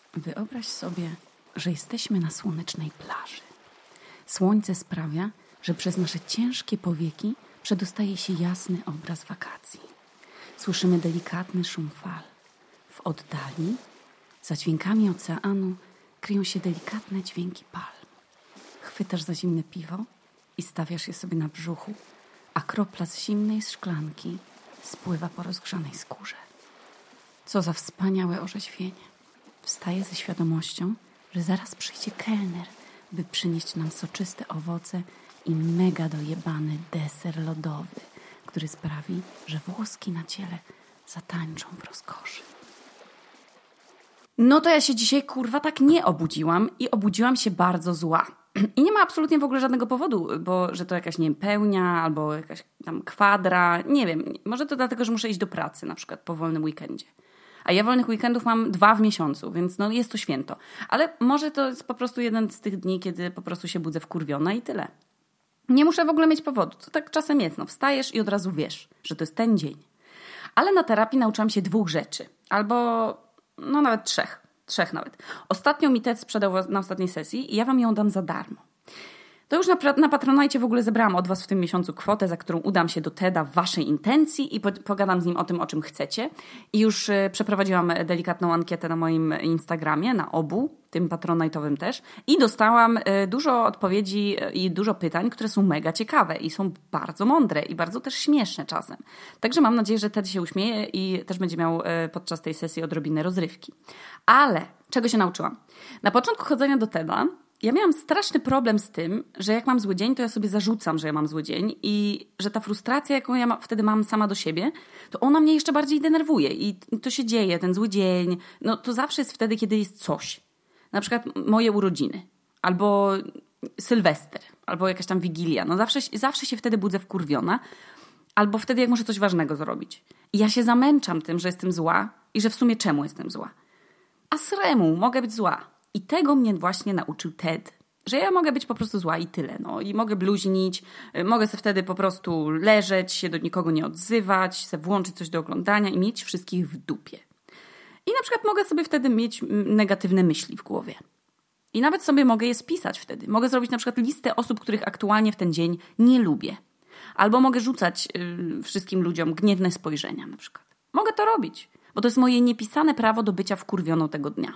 Wyobraź sobie, że jesteśmy na słonecznej plaży. Słońce sprawia, że przez nasze ciężkie powieki przedostaje się jasny obraz wakacji. Słyszymy delikatny szum fal. W oddali, za dźwiękami oceanu, kryją się delikatne dźwięki palm. Chwytasz za zimne piwo i stawiasz je sobie na brzuchu, a kropla z zimnej szklanki spływa po rozgrzanej skórze. Co za wspaniałe orzeźwienie. Wstaję ze świadomością, że zaraz przyjdzie kelner, by przynieść nam soczyste owoce i mega dojebany deser lodowy, który sprawi, że włoski na ciele zatańczą w rozkoszy. No to ja się dzisiaj tak nie obudziłam i obudziłam się bardzo zła. I nie ma absolutnie w ogóle żadnego powodu, bo że to jakaś, nie wiem, pełnia albo jakaś tam kwadra, nie wiem. Może to dlatego, że muszę iść do pracy na przykład po wolnym weekendzie. A ja wolnych weekendów mam 2 w miesiącu, więc no jest to święto. Ale może to jest po prostu jeden z tych dni, kiedy po prostu się budzę wkurwiona i tyle. Nie muszę w ogóle mieć powodu. To tak czasem jest. No, wstajesz i od razu wiesz, że to jest ten dzień. Ale na terapii nauczyłam się 2 rzeczy. Albo no nawet 3. 3 nawet. Ostatnią mi TED sprzedał na ostatniej sesji i ja wam ją dam za darmo. To już na Patronite w ogóle zebrałam od was w tym miesiącu kwotę, za którą udam się do TEDa w waszej intencji i pogadam z nim o tym, o czym chcecie. I już przeprowadziłam delikatną ankietę na moim Instagramie, na obu, tym patronite'owym też. I dostałam dużo odpowiedzi i dużo pytań, które są mega ciekawe i są bardzo mądre i bardzo też śmieszne czasem. Także mam nadzieję, że TED się uśmieje i też będzie miał podczas tej sesji odrobinę rozrywki. Ale czego się nauczyłam? Na początku chodzenia do TEDa ja miałam straszny problem z tym, że jak mam zły dzień, to ja sobie zarzucam, że ja mam zły dzień i że ta frustracja, jaką ja wtedy mam sama do siebie, to ona mnie jeszcze bardziej denerwuje i to się dzieje, ten zły dzień, no to zawsze jest wtedy, kiedy jest coś. Na przykład moje urodziny, albo Sylwester, albo jakaś tam Wigilia. No zawsze się wtedy budzę wkurwiona, albo wtedy, jak muszę coś ważnego zrobić. I ja się zamęczam tym, że jestem zła i że w sumie czemu jestem zła. A sremu, mogę być zła. I tego mnie właśnie nauczył TED, że ja mogę być po prostu zła i tyle. No. I mogę bluźnić, mogę sobie wtedy po prostu leżeć, się do nikogo nie odzywać, sobie włączyć coś do oglądania i mieć wszystkich w dupie. I na przykład mogę sobie wtedy mieć negatywne myśli w głowie. I nawet sobie mogę je spisać wtedy. Mogę zrobić na przykład listę osób, których aktualnie w ten dzień nie lubię. Albo mogę rzucać wszystkim ludziom gniewne spojrzenia na przykład. Mogę to robić, bo to jest moje niepisane prawo do bycia wkurwioną tego dnia.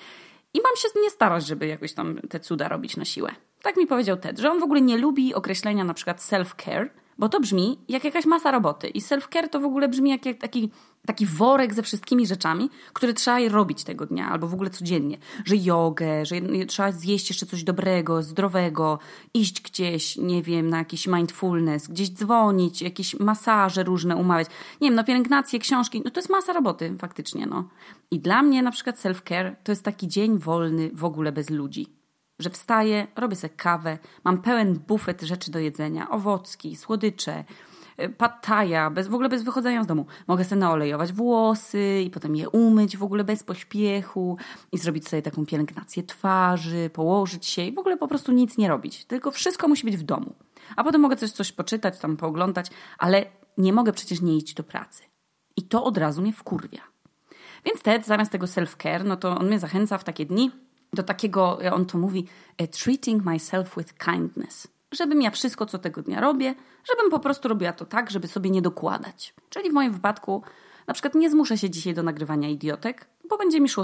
I mam się nie starać, żeby jakoś tam te cuda robić na siłę. Tak mi powiedział TED, że on w ogóle nie lubi określenia na przykład self-care, bo to brzmi jak jakaś masa roboty. I self-care to w ogóle brzmi jak taki worek ze wszystkimi rzeczami, które trzeba robić tego dnia albo w ogóle codziennie. Że jogę, że trzeba zjeść jeszcze coś dobrego, zdrowego, iść gdzieś, nie wiem, na jakiś mindfulness, gdzieś dzwonić, jakieś masaże różne umawiać. Nie wiem, no pielęgnacje, książki, no to jest masa roboty faktycznie, no. I dla mnie na przykład self-care to jest taki dzień wolny w ogóle bez ludzi. Że wstaję, robię sobie kawę, mam pełen bufet rzeczy do jedzenia, owocki, słodycze, pad thaja, w ogóle bez wychodzenia z domu. Mogę sobie naolejować włosy i potem je umyć w ogóle bez pośpiechu i zrobić sobie taką pielęgnację twarzy, położyć się i w ogóle po prostu nic nie robić. Tylko wszystko musi być w domu. A potem mogę coś poczytać, tam pooglądać, ale nie mogę przecież nie iść do pracy. I to od razu mnie wkurwia. Więc TED zamiast tego self-care, no to on mnie zachęca w takie dni do takiego, on to mówi, treating myself with kindness. Żebym ja wszystko, co tego dnia robię, żebym po prostu robiła to tak, żeby sobie nie dokładać. Czyli w moim wypadku na przykład nie zmuszę się dzisiaj do nagrywania idiotek, bo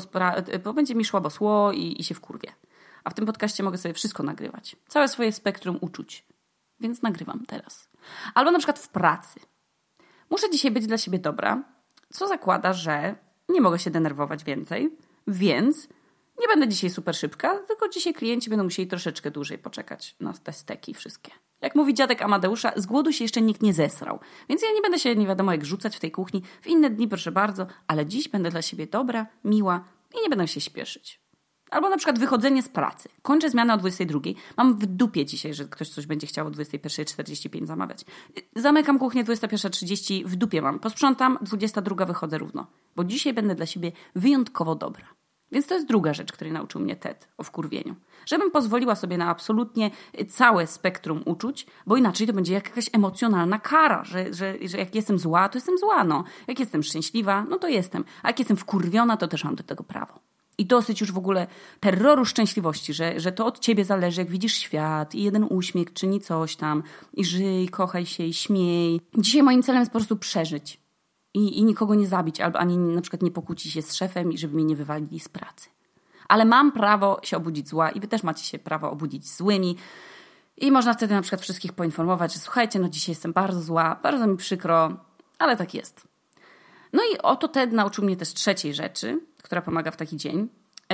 będzie mi szło bosło i się wkurwię. A w tym podcaście mogę sobie wszystko nagrywać. Całe swoje spektrum uczuć. Więc nagrywam teraz. Albo na przykład w pracy. Muszę dzisiaj być dla siebie dobra, co zakłada, że nie mogę się denerwować więcej, więc nie będę dzisiaj super szybka, tylko dzisiaj klienci będą musieli troszeczkę dłużej poczekać na te steki wszystkie. Jak mówi dziadek Amadeusza, z głodu się jeszcze nikt nie zesrał. Więc ja nie będę się nie wiadomo jak rzucać w tej kuchni. W inne dni proszę bardzo, ale dziś będę dla siebie dobra, miła i nie będę się śpieszyć. Albo na przykład wychodzenie z pracy. Kończę zmianę o 22. Mam w dupie dzisiaj, że ktoś coś będzie chciał o 21:45 zamawiać. Zamykam kuchnię 21:30, w dupie mam. Posprzątam, 22 wychodzę równo. Bo dzisiaj będę dla siebie wyjątkowo dobra. Więc to jest druga rzecz, której nauczył mnie TED o wkurwieniu. Żebym pozwoliła sobie na absolutnie całe spektrum uczuć, bo inaczej to będzie jakaś emocjonalna kara, że jak jestem zła, to jestem zła, no. Jak jestem szczęśliwa, no to jestem. A jak jestem wkurwiona, to też mam do tego prawo. I dosyć już w ogóle terroru szczęśliwości, że to od ciebie zależy, jak widzisz świat i jeden uśmiech czyni coś tam i żyj, kochaj się i śmiej. Dzisiaj moim celem jest po prostu przeżyć i nikogo nie zabić, albo ani na przykład nie pokłócić się z szefem i żeby mnie nie wywalili z pracy. Ale mam prawo się obudzić zła i wy też macie się prawo obudzić złymi. I można wtedy na przykład wszystkich poinformować, że słuchajcie, no dzisiaj jestem bardzo zła, bardzo mi przykro, ale tak jest. No i oto Ted nauczył mnie też trzeciej rzeczy, która pomaga w taki dzień.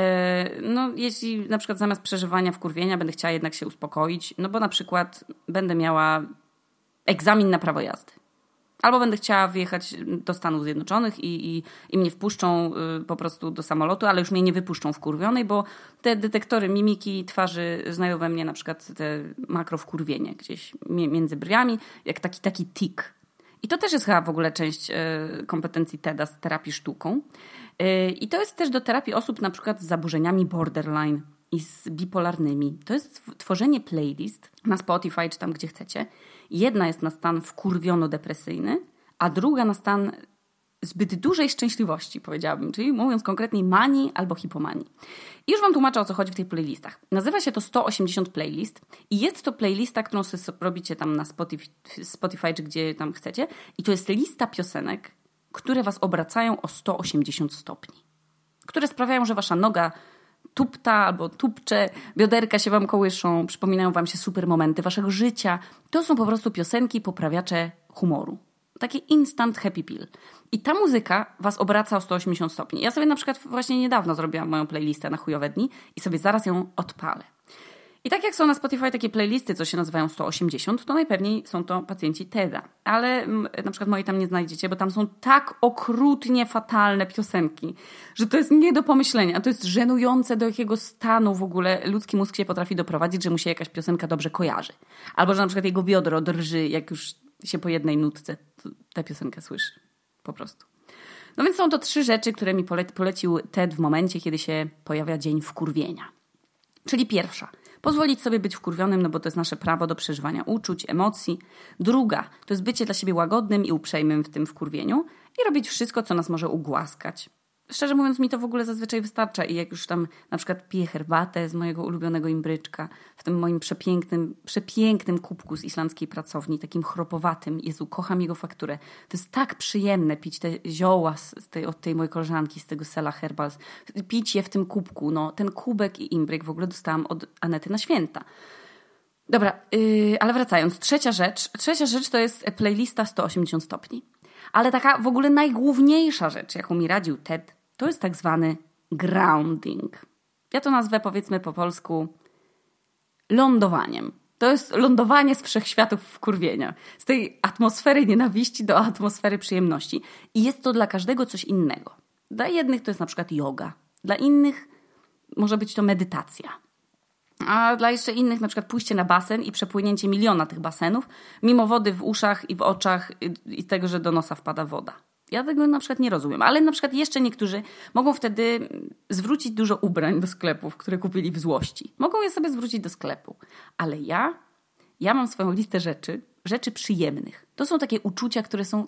No jeśli na przykład zamiast przeżywania wkurwienia będę chciała jednak się uspokoić, no bo na przykład będę miała egzamin na prawo jazdy. Albo będę chciała wyjechać do Stanów Zjednoczonych i mnie wpuszczą po prostu do samolotu, ale już mnie nie wypuszczą wkurwionej, bo te detektory mimiki twarzy znają we mnie na przykład te makrowkurwienie gdzieś między brwiami, jak taki tik. I to też jest chyba w ogóle część kompetencji TEDa z terapii sztuką. I to jest też do terapii osób na przykład z zaburzeniami borderline i z bipolarnymi. To jest tworzenie playlist na Spotify czy tam gdzie chcecie. Jedna jest na stan wkurwiono-depresyjny, a druga na stan zbyt dużej szczęśliwości, powiedziałabym, czyli mówiąc konkretniej manii albo hipomanii. I już wam tłumaczę, o co chodzi w tych playlistach. Nazywa się to 180 playlist i jest to playlista, którą sobie robicie tam na Spotify czy gdzie tam chcecie i to jest lista piosenek, które was obracają o 180 stopni. Które sprawiają, że wasza noga tupta albo tupcze, bioderka się wam kołyszą, przypominają wam się super momenty waszego życia. To są po prostu piosenki poprawiacze humoru. Takie instant happy pill. I ta muzyka was obraca o 180 stopni. Ja sobie na przykład właśnie niedawno zrobiłam moją playlistę na chujowe dni i sobie zaraz ją odpalę. I tak jak są na Spotify takie playlisty, co się nazywają 180, to najpewniej są to pacjenci TEDa. Ale na przykład mojej tam nie znajdziecie, bo tam są tak okrutnie fatalne piosenki, że to jest nie do pomyślenia. To jest żenujące, do jakiego stanu w ogóle ludzki mózg się potrafi doprowadzić, że mu się jakaś piosenka dobrze kojarzy. Albo że na przykład jego biodro drży, jak już się po jednej nutce tę piosenkę słyszy. Po prostu. No więc są to 3 rzeczy, które mi polecił TED w momencie, kiedy się pojawia dzień wkurwienia. Czyli pierwsza. Pozwolić sobie być wkurwionym, no bo to jest nasze prawo do przeżywania uczuć, emocji. Druga, to jest bycie dla siebie łagodnym i uprzejmym w tym wkurwieniu i robić wszystko, co nas może ugłaskać. Szczerze mówiąc, mi to w ogóle zazwyczaj wystarcza i jak już tam na przykład piję herbatę z mojego ulubionego imbryczka, w tym moim przepięknym kubku z islandzkiej pracowni, takim chropowatym, Jezu, kocham jego fakturę. To jest tak przyjemne pić te zioła od tej mojej koleżanki z tego Sela Herbals, pić je w tym kubku. No, ten kubek i imbryk w ogóle dostałam od Anety na święta. Dobra, ale wracając. Trzecia rzecz to jest playlista 180 stopni. Ale taka w ogóle najgłówniejsza rzecz, jaką mi radził TED, to jest tak zwany grounding. Ja to nazwę, powiedzmy po polsku, lądowaniem. To jest lądowanie z wszechświatów wkurwienia. Z tej atmosfery nienawiści do atmosfery przyjemności. I jest to dla każdego coś innego. Dla jednych to jest na przykład yoga. Dla innych może być to medytacja. A dla jeszcze innych na przykład pójście na basen i przepłynięcie miliona tych basenów, mimo wody w uszach i w oczach i tego, że do nosa wpada woda. Ja tego na przykład nie rozumiem, ale na przykład jeszcze niektórzy mogą wtedy zwrócić dużo ubrań do sklepów, które kupili w złości. Mogą je sobie zwrócić do sklepu. Ale ja mam swoją listę rzeczy przyjemnych. To są takie uczucia, które są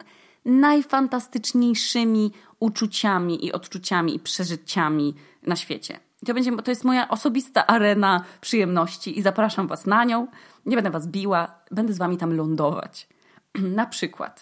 najfantastyczniejszymi uczuciami i odczuciami i przeżyciami na świecie. To jest moja osobista arena przyjemności i zapraszam was na nią. Nie będę was biła, będę z wami tam lądować. Na przykład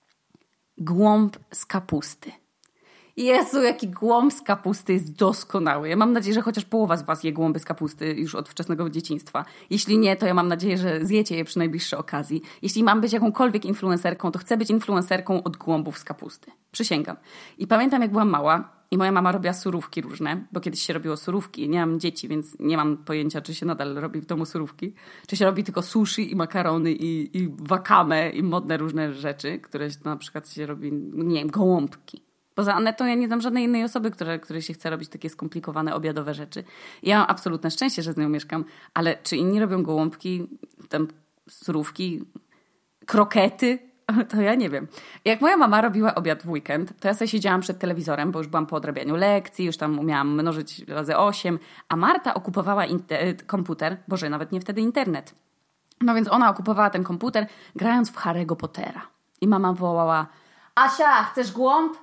głąb z kapusty. Jezu, jaki głąb z kapusty jest doskonały. Ja mam nadzieję, że chociaż połowa z was je głąby z kapusty już od wczesnego dzieciństwa. Jeśli nie, to ja mam nadzieję, że zjecie je przy najbliższej okazji. Jeśli mam być jakąkolwiek influencerką, to chcę być influencerką od głąbów z kapusty. Przysięgam. I pamiętam, jak byłam mała i moja mama robiła surówki różne, bo kiedyś się robiło surówki. Nie mam dzieci, więc nie mam pojęcia, czy się nadal robi w domu surówki. Czy się robi tylko sushi i makarony i wakame i modne różne rzeczy, które na przykład się robi, nie wiem, gołąbki. Poza Anetą ja nie znam żadnej innej osoby, której się chce robić takie skomplikowane, obiadowe rzeczy. Ja mam absolutne szczęście, że z nią mieszkam, ale czy inni robią gołąbki, tam surówki, krokety? To ja nie wiem. Jak moja mama robiła obiad w weekend, to ja sobie siedziałam przed telewizorem, bo już byłam po odrabianiu lekcji, już tam umiałam mnożyć razy 8, a Marta okupowała komputer, Boże, nawet nie wtedy internet. No więc ona okupowała ten komputer, grając w Harry'ego Pottera. I mama wołała: Asia, chcesz głąb?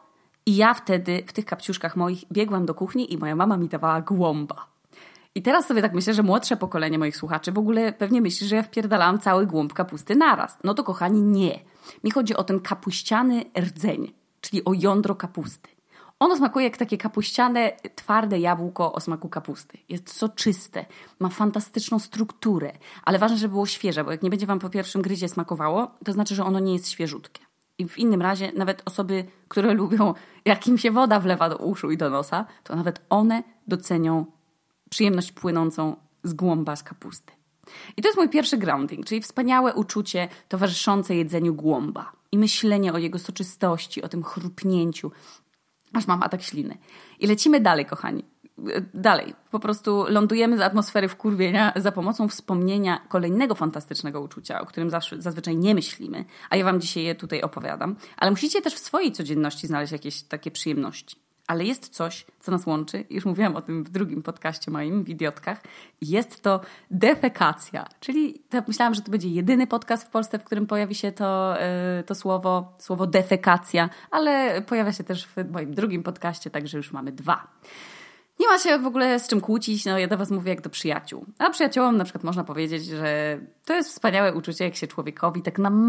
I ja wtedy w tych kapciuszkach moich biegłam do kuchni i moja mama mi dawała głąba. I teraz sobie tak myślę, że młodsze pokolenie moich słuchaczy w ogóle pewnie myśli, że ja wpierdalałam cały głąb kapusty naraz. No to kochani, nie. Mi chodzi o ten kapuściany rdzeń, czyli o jądro kapusty. Ono smakuje jak takie kapuściane, twarde jabłko o smaku kapusty. Jest soczyste, ma fantastyczną strukturę, ale ważne, żeby było świeże, bo jak nie będzie wam po pierwszym gryzie smakowało, to znaczy, że ono nie jest świeżutkie. I w innym razie nawet osoby, które lubią, jak im się woda wlewa do uszu i do nosa, to nawet one docenią przyjemność płynącą z głąba z kapusty. I to jest mój pierwszy grounding, czyli wspaniałe uczucie towarzyszące jedzeniu głąba i myślenie o jego soczystości, o tym chrupnięciu, aż mam atak śliny. I lecimy dalej, kochani. Dalej. Po prostu lądujemy z atmosfery wkurwienia za pomocą wspomnienia kolejnego fantastycznego uczucia, o którym zazwyczaj nie myślimy, a ja wam dzisiaj je tutaj opowiadam. Ale musicie też w swojej codzienności znaleźć jakieś takie przyjemności. Ale jest coś, co nas łączy, już mówiłam o tym w drugim podcaście moim, w Idiotkach. Jest to defekacja, czyli myślałam, że to będzie jedyny podcast w Polsce, w którym pojawi się to słowo defekacja, ale pojawia się też w moim drugim podcaście, także już mamy 2. Nie ma się w ogóle z czym kłócić, no ja do was mówię jak do przyjaciół. A przyjaciołom na przykład można powiedzieć, że to jest wspaniałe uczucie, jak się człowiekowi tak na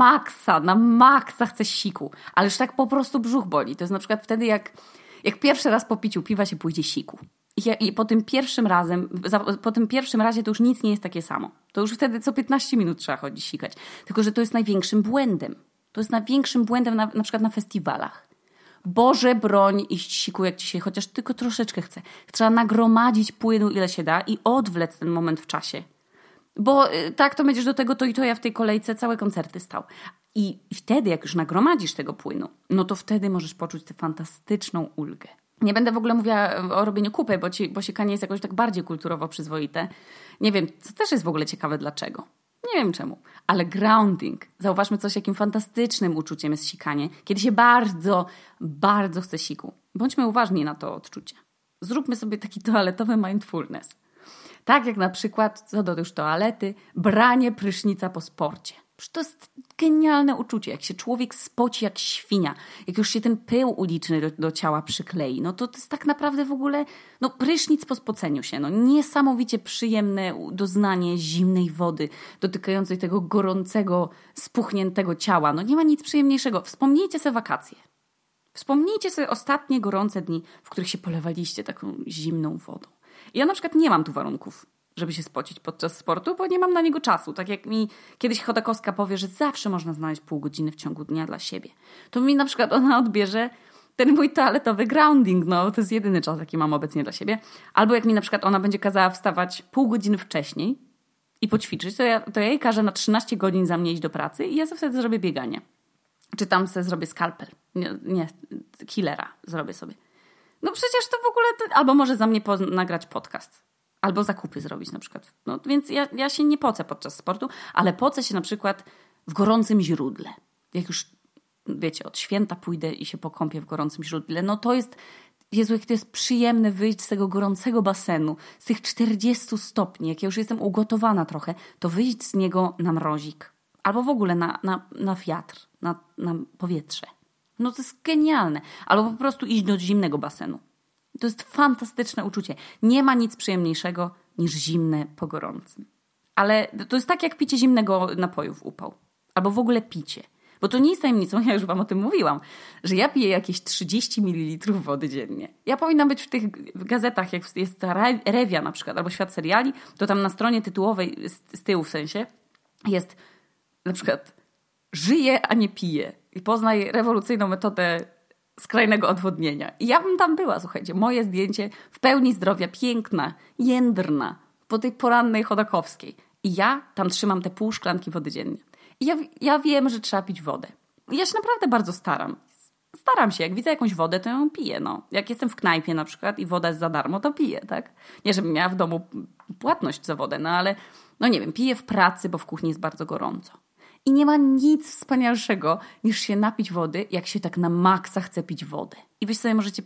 maksa chce siku, ale już tak po prostu brzuch boli. To jest na przykład wtedy, jak pierwszy raz po piciu piwa się pójdzie siku. I po tym pierwszym razie to już nic nie jest takie samo. To już wtedy co 15 minut trzeba chodzić sikać. Tylko że to jest największym błędem. To jest największym błędem na przykład na festiwalach. Boże broń iść siku jak ci się chociaż tylko troszeczkę chce. Trzeba nagromadzić płynu ile się da i odwlec ten moment w czasie. Bo tak to będziesz do tego to i to ja w tej kolejce całe koncerty stał. I wtedy, jak już nagromadzisz tego płynu, no to wtedy możesz poczuć tę fantastyczną ulgę. Nie będę w ogóle mówiła o robieniu kupy, bo sikanie jest jakoś tak bardziej kulturowo przyzwoite. Nie wiem, co też jest w ogóle ciekawe dlaczego. Nie wiem czemu. Ale grounding. Zauważmy coś, jakim fantastycznym uczuciem jest sikanie, kiedy się bardzo, bardzo chce siku. Bądźmy uważni na to odczucie. Zróbmy sobie taki toaletowy mindfulness. Tak jak na przykład, co do już toalety, branie prysznica po sporcie. To jest genialne uczucie, jak się człowiek spoci jak świnia, jak już się ten pył uliczny do ciała przyklei, no to jest tak naprawdę w ogóle prysznic po spoceniu się, niesamowicie przyjemne doznanie zimnej wody dotykającej tego gorącego, spuchniętego ciała. Nie ma nic przyjemniejszego. Wspomnijcie sobie wakacje. Wspomnijcie sobie ostatnie gorące dni, w których się polewaliście taką zimną wodą. Ja na przykład nie mam tu warunków, żeby się spocić podczas sportu, bo nie mam na niego czasu. Tak jak mi kiedyś Chodakowska powie, że zawsze można znaleźć pół godziny w ciągu dnia dla siebie. To mi na przykład ona odbierze ten mój toaletowy grounding. To jest jedyny czas, jaki mam obecnie dla siebie. Albo jak mi na przykład ona będzie kazała wstawać pół godziny wcześniej i poćwiczyć, to ja jej każę na 13 godzin za mnie iść do pracy i ja sobie wtedy zrobię bieganie. Czy tam sobie zrobię skalpel. Nie, killera zrobię sobie. Przecież to w ogóle... Albo może za mnie nagrać podcast. Albo zakupy zrobić na przykład. Więc ja się nie pocę podczas sportu, ale pocę się na przykład w gorącym źródle. Jak już, wiecie, od święta pójdę i się pokąpię w gorącym źródle, to jest... Jezu, jak to jest przyjemne wyjść z tego gorącego basenu, z tych 40 stopni, jak ja już jestem ugotowana trochę, to wyjść z niego na mrozik. Albo w ogóle na wiatr, na powietrze. To jest genialne. Albo po prostu iść do zimnego basenu. To jest fantastyczne uczucie. Nie ma nic przyjemniejszego niż zimne po gorącym. Ale to jest tak jak picie zimnego napoju w upał. Albo w ogóle picie. Bo to nie jest tajemnicą, ja już wam o tym mówiłam, że ja piję jakieś 30 ml wody dziennie. Ja powinnam być w tych gazetach, jak jest ta Rewia na przykład, albo Świat Seriali, to tam na stronie tytułowej, z tyłu w sensie, jest na przykład żyje, a nie pije. I poznaj rewolucyjną metodę skrajnego odwodnienia. I ja bym tam była, słuchajcie. Moje zdjęcie w pełni zdrowia, piękna, jędrna, po tej porannej Chodakowskiej. I ja tam trzymam te pół szklanki wody dziennie. I ja wiem, że trzeba pić wodę. I ja się naprawdę bardzo staram. Staram się. Jak widzę jakąś wodę, to ją piję. Jak jestem w knajpie na przykład i woda jest za darmo, to piję, tak? Nie, żebym miała w domu płatność za wodę, ale nie wiem, piję w pracy, bo w kuchni jest bardzo gorąco. I nie ma nic wspanialszego niż się napić wody, jak się tak na maksa chce pić wodę. I wy sobie możecie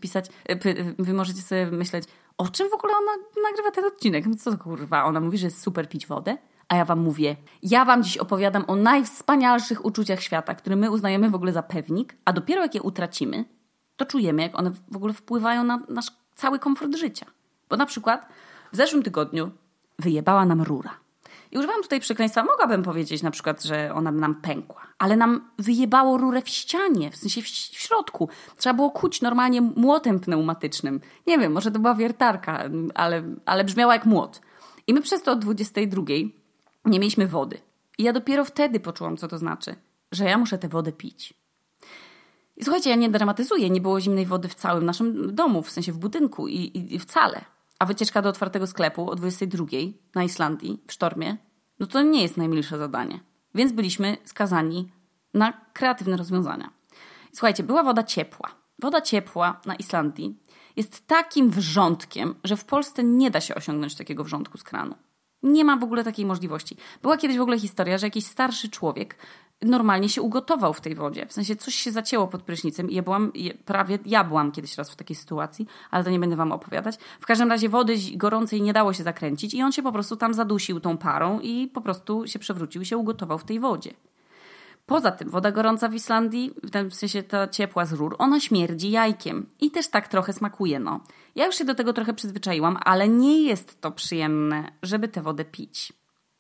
wy możecie sobie myśleć, o czym w ogóle ona nagrywa ten odcinek? Co to kurwa? Ona mówi, że jest super pić wodę? A ja wam mówię, ja wam dziś opowiadam o najwspanialszych uczuciach świata, które my uznajemy w ogóle za pewnik, a dopiero jak je utracimy, to czujemy, jak one w ogóle wpływają na nasz cały komfort życia. Bo na przykład w zeszłym tygodniu wyjebała nam rura. I używam tutaj przekleństwa, mogłabym powiedzieć na przykład, że ona nam pękła, ale nam wyjebało rurę w ścianie, w sensie w środku. Trzeba było kuć normalnie młotem pneumatycznym. Nie wiem, może to była wiertarka, ale brzmiała jak młot. I my przez to o 22 nie mieliśmy wody. I ja dopiero wtedy poczułam, co to znaczy, że ja muszę tę wodę pić. I słuchajcie, ja nie dramatyzuję, nie było zimnej wody w całym naszym domu, w sensie w budynku i wcale. A wycieczka do otwartego sklepu o 22 na Islandii w sztormie, no to nie jest najmilsze zadanie. Więc byliśmy skazani na kreatywne rozwiązania. I słuchajcie, była woda ciepła. Woda ciepła na Islandii jest takim wrzątkiem, że w Polsce nie da się osiągnąć takiego wrzątku z kranu. Nie ma w ogóle takiej możliwości. Była kiedyś w ogóle historia, że jakiś starszy człowiek normalnie się ugotował w tej wodzie. W sensie coś się zacięło pod prysznicem i ja byłam kiedyś raz w takiej sytuacji, ale to nie będę wam opowiadać. W każdym razie wody gorącej nie dało się zakręcić i on się po prostu tam zadusił tą parą i po prostu się przewrócił i się ugotował w tej wodzie. Poza tym woda gorąca w Islandii, w sensie ta ciepła z rur, ona śmierdzi jajkiem i też tak trochę smakuje, no. Ja już się do tego trochę przyzwyczaiłam, ale nie jest to przyjemne, żeby tę wodę pić.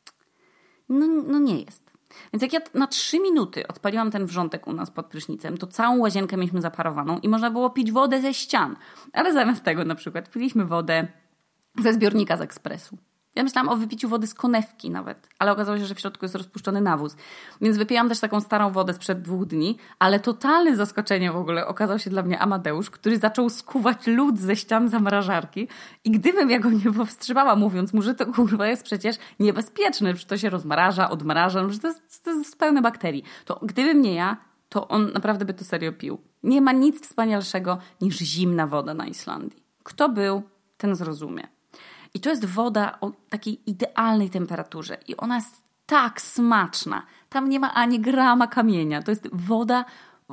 No nie jest. Więc jak ja na 3 minuty odpaliłam ten wrzątek u nas pod prysznicem, to całą łazienkę mieliśmy zaparowaną i można było pić wodę ze ścian. Ale zamiast tego na przykład piliśmy wodę ze zbiornika z ekspresu. Ja myślałam o wypiciu wody z konewki nawet, ale okazało się, że w środku jest rozpuszczony nawóz. Więc wypiłam też taką starą wodę sprzed 2 dni, ale totalnym zaskoczeniem w ogóle okazał się dla mnie Amadeusz, który zaczął skuwać lód ze ścian zamrażarki i gdybym ja go nie powstrzymała, mówiąc mu, że to kurwa jest przecież niebezpieczne, że to się rozmraża, odmraża, że to jest pełne bakterii. To gdybym nie ja, to on naprawdę by to serio pił. Nie ma nic wspanialszego niż zimna woda na Islandii. Kto był, ten zrozumie. I to jest woda o takiej idealnej temperaturze. I ona jest tak smaczna. Tam nie ma ani grama kamienia. To jest woda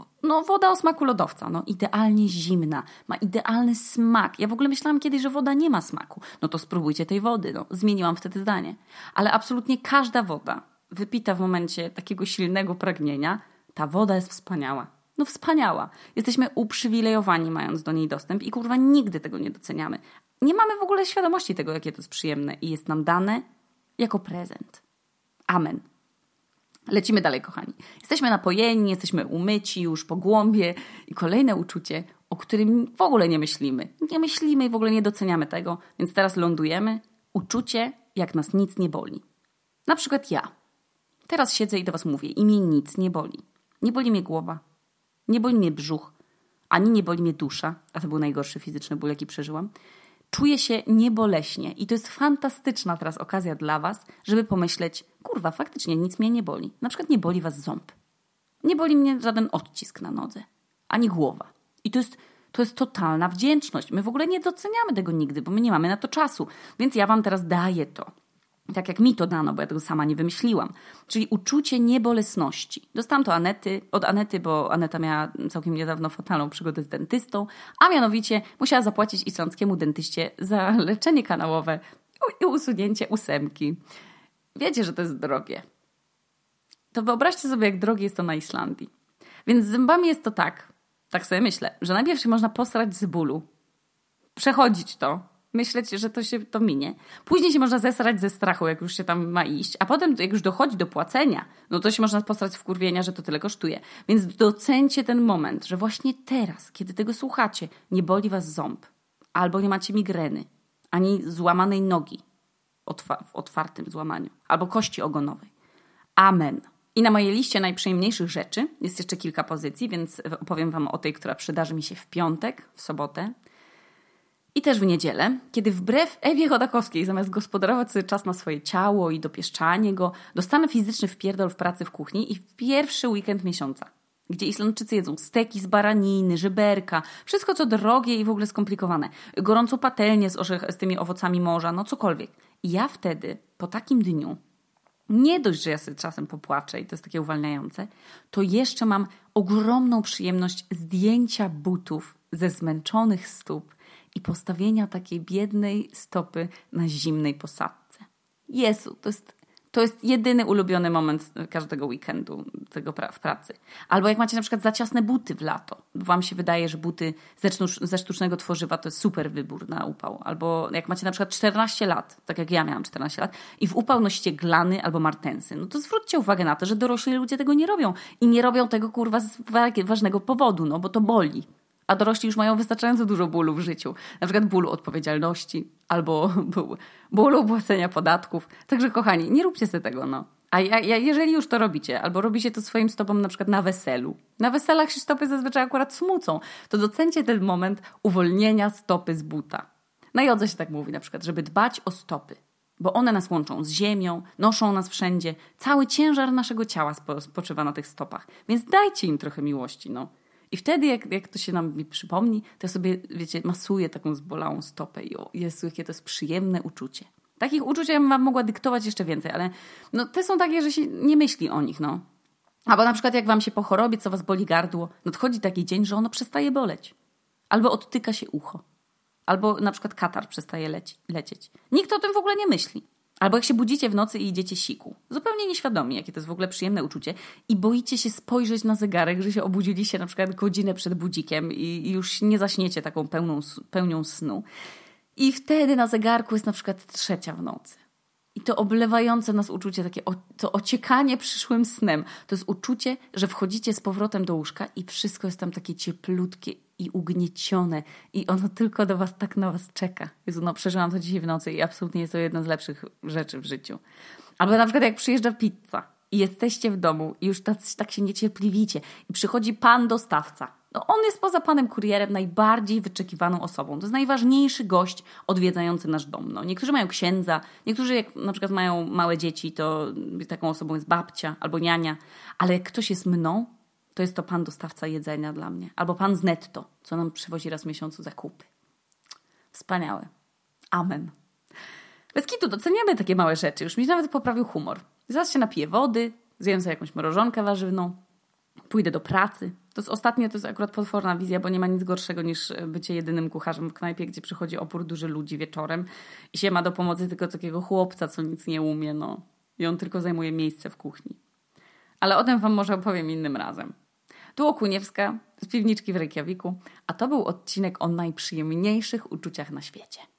o smaku lodowca. No, idealnie zimna. Ma idealny smak. Ja w ogóle myślałam kiedyś, że woda nie ma smaku. No to spróbujcie tej wody. No, zmieniłam wtedy zdanie. Ale absolutnie każda woda wypita w momencie takiego silnego pragnienia, ta woda jest wspaniała. No wspaniała. Jesteśmy uprzywilejowani mając do niej dostęp i kurwa nigdy tego nie doceniamy. Nie mamy w ogóle świadomości tego, jakie to jest przyjemne i jest nam dane jako prezent. Amen. Lecimy dalej, kochani. Jesteśmy napojeni, jesteśmy umyci już po głąbie i kolejne uczucie, o którym w ogóle nie myślimy. Nie myślimy i w ogóle nie doceniamy tego, więc teraz lądujemy. Uczucie, jak nas nic nie boli. Na przykład ja. Teraz siedzę i do was mówię i mnie nic nie boli. Nie boli mnie głowa, nie boli mnie brzuch, ani nie boli mnie dusza, a to był najgorszy fizyczny ból, jaki przeżyłam. Czuję się nieboleśnie i to jest fantastyczna teraz okazja dla was, żeby pomyśleć, kurwa, faktycznie nic mnie nie boli. Na przykład nie boli was ząb. Nie boli mnie żaden odcisk na nodze, ani głowa. I to jest totalna wdzięczność. My w ogóle nie doceniamy tego nigdy, bo my nie mamy na to czasu. Więc ja wam teraz daję to. Tak jak mi to dano, bo ja tego sama nie wymyśliłam. Czyli uczucie niebolesności. Dostałam to od Anety, bo Aneta miała całkiem niedawno fatalną przygodę z dentystą, a mianowicie musiała zapłacić islandzkiemu dentyście za leczenie kanałowe i usunięcie 8. Wiecie, że to jest drogie. To wyobraźcie sobie, jak drogie jest to na Islandii. Więc z zębami jest to tak sobie myślę, że najpierw się można posrać z bólu, przechodzić to, myśleć, że to minie. Później się można zesrać ze strachu, jak już się tam ma iść. A potem, jak już dochodzi do płacenia, no to się można posrać z wkurwienia, że to tyle kosztuje. Więc docencie ten moment, że właśnie teraz, kiedy tego słuchacie, nie boli was ząb, albo nie macie migreny, ani złamanej nogi w otwartym złamaniu, albo kości ogonowej. Amen. I na mojej liście najprzyjemniejszych rzeczy jest jeszcze kilka pozycji, więc opowiem wam o tej, która przydarzy mi się w piątek, w sobotę, i też w niedzielę, kiedy wbrew Ewie Chodakowskiej, zamiast gospodarować sobie czas na swoje ciało i dopieszczanie go, dostanę fizyczny wpierdol w pracy w kuchni i w pierwszy weekend miesiąca, gdzie Islandczycy jedzą steki z baraniny, żeberka, wszystko co drogie i w ogóle skomplikowane, gorącą patelnię z tymi owocami morza, no cokolwiek. I ja wtedy, po takim dniu, nie dość, że ja sobie czasem popłaczę i to jest takie uwalniające, to jeszcze mam ogromną przyjemność zdjęcia butów ze zmęczonych stóp i postawienia takiej biednej stopy na zimnej posadzce. Jezu, to To jest jedyny ulubiony moment każdego weekendu tego w pracy. Albo jak macie na przykład za ciasne buty w lato. Wam się wydaje, że buty ze sztucznego tworzywa to jest super wybór na upał. Albo jak macie na przykład 14 lat, tak jak ja miałam 14 lat i w upał nosicie glany albo martensy, no to zwróćcie uwagę na to, że dorośli ludzie tego nie robią. I nie robią tego kurwa z ważnego powodu, no bo to boli. A dorośli już mają wystarczająco dużo bólu w życiu. Na przykład bólu odpowiedzialności albo bólu płacenia podatków. Także kochani, nie róbcie sobie tego, no. A jeżeli już to robicie, albo robicie to swoim stopom na przykład na weselu. Na weselach się stopy zazwyczaj akurat smucą. To docencie ten moment uwolnienia stopy z buta. Na jodze się tak mówi na przykład, żeby dbać o stopy. Bo one nas łączą z ziemią, noszą nas wszędzie. Cały ciężar naszego ciała spoczywa na tych stopach. Więc dajcie im trochę miłości, no. I wtedy, jak to się mi przypomni, to ja sobie, wiecie, masuję taką zbolałą stopę i o Jezu, jakie to jest przyjemne uczucie. Takich uczuć ja bym wam mogła dyktować jeszcze więcej, ale no, te są takie, że się nie myśli o nich, no. Albo na przykład jak wam się po chorobie, co was boli gardło, nadchodzi taki dzień, że ono przestaje boleć. Albo odtyka się ucho. Albo na przykład katar przestaje lecieć. Nikt o tym w ogóle nie myśli. Albo jak się budzicie w nocy i idziecie siku. Zupełnie nieświadomi, jakie to jest w ogóle przyjemne uczucie. I boicie się spojrzeć na zegarek, że się obudziliście na przykład godzinę przed budzikiem i już nie zaśniecie taką pełnią snu. I wtedy na zegarku jest na przykład 3 w nocy. I to oblewające nas uczucie, takie to ociekanie przyszłym snem. To jest uczucie, że wchodzicie z powrotem do łóżka i wszystko jest tam takie cieplutkie i ugniecione. I ono tylko tak na was czeka. Jezu, no przeżyłam to dzisiaj w nocy i absolutnie jest to jedna z lepszych rzeczy w życiu. Albo na przykład jak przyjeżdża pizza i jesteście w domu i już tak się niecierpliwicie i przychodzi pan dostawca. No on jest poza panem kurierem najbardziej wyczekiwaną osobą. To jest najważniejszy gość odwiedzający nasz dom. No, niektórzy mają księdza, niektórzy jak na przykład mają małe dzieci, to taką osobą jest babcia albo niania. Ale jak ktoś jest mną, to jest to pan dostawca jedzenia dla mnie. Albo pan z netto, co nam przywozi raz w miesiącu zakupy. Wspaniałe. Amen. Bez kitu doceniamy takie małe rzeczy. Już mi nawet poprawił humor. Zaraz się napiję wody, zjem sobie jakąś mrożonkę warzywną, pójdę do pracy. Ostatnio to jest akurat potworna wizja, bo nie ma nic gorszego niż bycie jedynym kucharzem w knajpie, gdzie przychodzi opór duży ludzi wieczorem i się ma do pomocy tylko takiego chłopca, co nic nie umie, no. I on tylko zajmuje miejsce w kuchni. Ale o tym wam może opowiem innym razem. Tu Okuniewska z piwniczki w Reykjaviku, a to był odcinek o najprzyjemniejszych uczuciach na świecie.